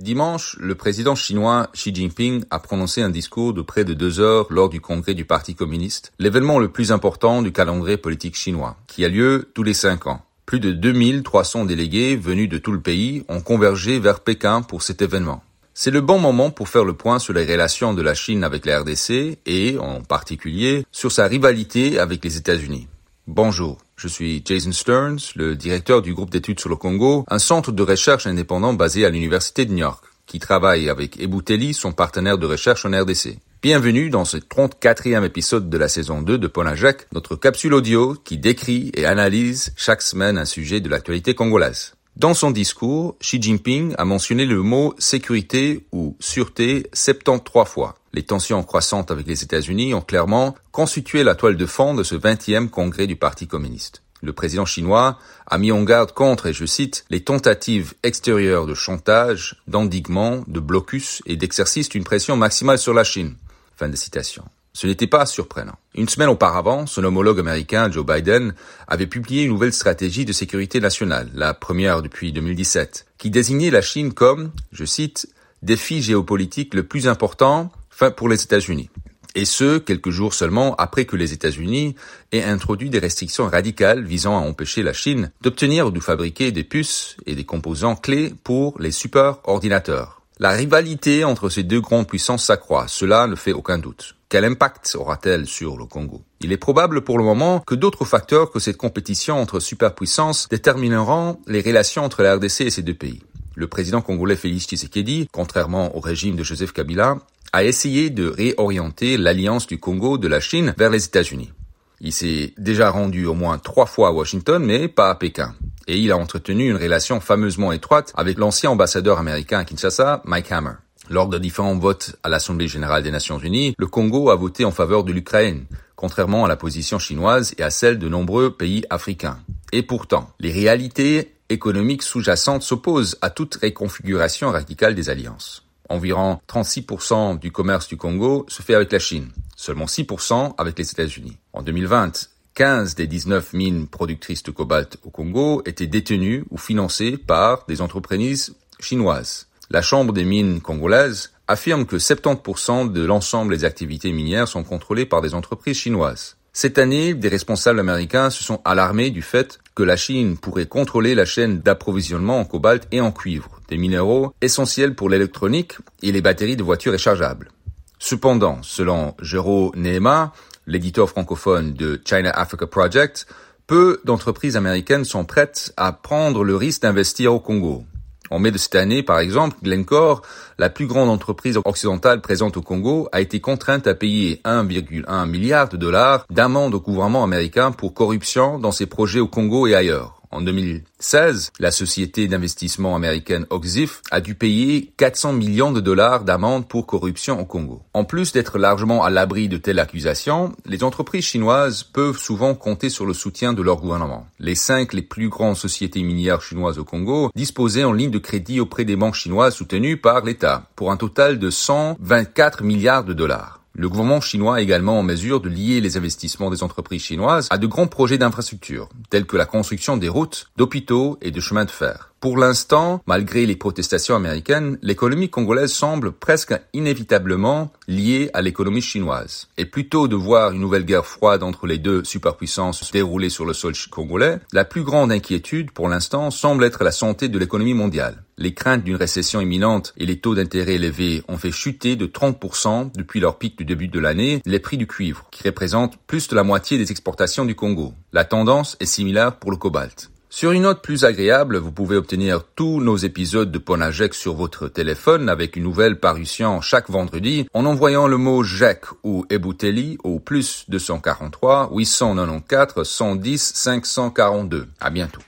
Dimanche, le président chinois Xi Jinping a prononcé un discours de près de 2 heures lors du congrès du Parti communiste, l'événement le plus important du calendrier politique chinois, qui a lieu tous les 5 ans. Plus de 2300 délégués venus de tout le pays ont convergé vers Pékin pour cet événement. C'est le bon moment pour faire le point sur les relations de la Chine avec la RDC et, en particulier, sur sa rivalité avec les États-Unis. Bonjour, je suis Jason Stearns, le directeur du groupe d'études sur le Congo, un centre de recherche indépendant basé à l'Université de New York, qui travaille avec Eboutelli, son partenaire de recherche en RDC. Bienvenue dans ce 34e épisode de la saison 2 de Ponajek, notre capsule audio qui décrit et analyse chaque semaine un sujet de l'actualité congolaise. Dans son discours, Xi Jinping a mentionné le mot sécurité ou sûreté 73 fois. Les tensions croissantes avec les États-Unis ont clairement constitué la toile de fond de ce 20e congrès du Parti communiste. Le président chinois a mis en garde contre, et je cite, les tentatives extérieures de chantage, d'endiguement, de blocus et d'exercice d'une pression maximale sur la Chine. Fin de citation. Ce n'était pas surprenant. Une semaine auparavant, son homologue américain Joe Biden avait publié une nouvelle stratégie de sécurité nationale, la première depuis 2017, qui désignait la Chine comme, je cite, défi géopolitique le plus important pour les États-Unis. Et ce, quelques jours seulement après que les États-Unis aient introduit des restrictions radicales visant à empêcher la Chine d'obtenir ou de fabriquer des puces et des composants clés pour les superordinateurs. La rivalité entre ces deux grandes puissances s'accroît, cela ne fait aucun doute. Quel impact aura-t-elle sur le Congo? Il est probable pour le moment que d'autres facteurs que cette compétition entre superpuissances détermineront les relations entre la RDC et ces deux pays. Le président congolais Félix Tshisekedi, contrairement au régime de Joseph Kabila, a essayé de réorienter l'alliance du Congo de la Chine vers les États-Unis. Il s'est déjà rendu au moins 3 fois à Washington, mais pas à Pékin. Et il a entretenu une relation fameusement étroite avec l'ancien ambassadeur américain à Kinshasa, Mike Hammer. Lors de différents votes à l'Assemblée générale des Nations unies, le Congo a voté en faveur de l'Ukraine, contrairement à la position chinoise et à celle de nombreux pays africains. Et pourtant, les réalités économiques sous-jacentes s'opposent à toute reconfiguration radicale des alliances. Environ 36% du commerce du Congo se fait avec la Chine, seulement 6% avec les États-Unis. En 2020, 15 des 19 mines productrices de cobalt au Congo étaient détenues ou financées par des entreprises chinoises. La Chambre des mines congolaises affirme que 70% de l'ensemble des activités minières sont contrôlées par des entreprises chinoises. Cette année, des responsables américains se sont alarmés du fait que la Chine pourrait contrôler la chaîne d'approvisionnement en cobalt et en cuivre, des minéraux essentiels pour l'électronique et les batteries de voitures rechargeables. Cependant, selon Jero Nehema, l'éditeur francophone de China Africa Project, peu d'entreprises américaines sont prêtes à prendre le risque d'investir au Congo. En mai de cette année, par exemple, Glencore, la plus grande entreprise occidentale présente au Congo, a été contrainte à payer 1,1 milliard de dollars d'amende au gouvernement américain pour corruption dans ses projets au Congo et ailleurs. En 2016, la société d'investissement américaine Oxif a dû payer 400 millions de dollars d'amende pour corruption au Congo. En plus d'être largement à l'abri de telles accusations, les entreprises chinoises peuvent souvent compter sur le soutien de leur gouvernement. Les 5 les plus grandes sociétés minières chinoises au Congo disposaient en ligne de crédit auprès des banques chinoises soutenues par l'État, pour un total de 124 milliards de dollars. Le gouvernement chinois est également en mesure de lier les investissements des entreprises chinoises à de grands projets d'infrastructure, tels que la construction des routes, d'hôpitaux et de chemins de fer. Pour l'instant, malgré les protestations américaines, l'économie congolaise semble presque inévitablement liée à l'économie chinoise. Et plutôt de voir une nouvelle guerre froide entre les deux superpuissances se dérouler sur le sol congolais, la plus grande inquiétude pour l'instant semble être la santé de l'économie mondiale. Les craintes d'une récession imminente et les taux d'intérêt élevés ont fait chuter de 30% depuis leur pic du début de l'année les prix du cuivre, qui représente plus de la moitié des exportations du Congo. La tendance est similaire pour le cobalt. Sur une note plus agréable, vous pouvez obtenir tous nos épisodes de Ponajek sur votre téléphone avec une nouvelle parution chaque vendredi en envoyant le mot JEC ou Eboutelli au +243 894 110 542. À bientôt.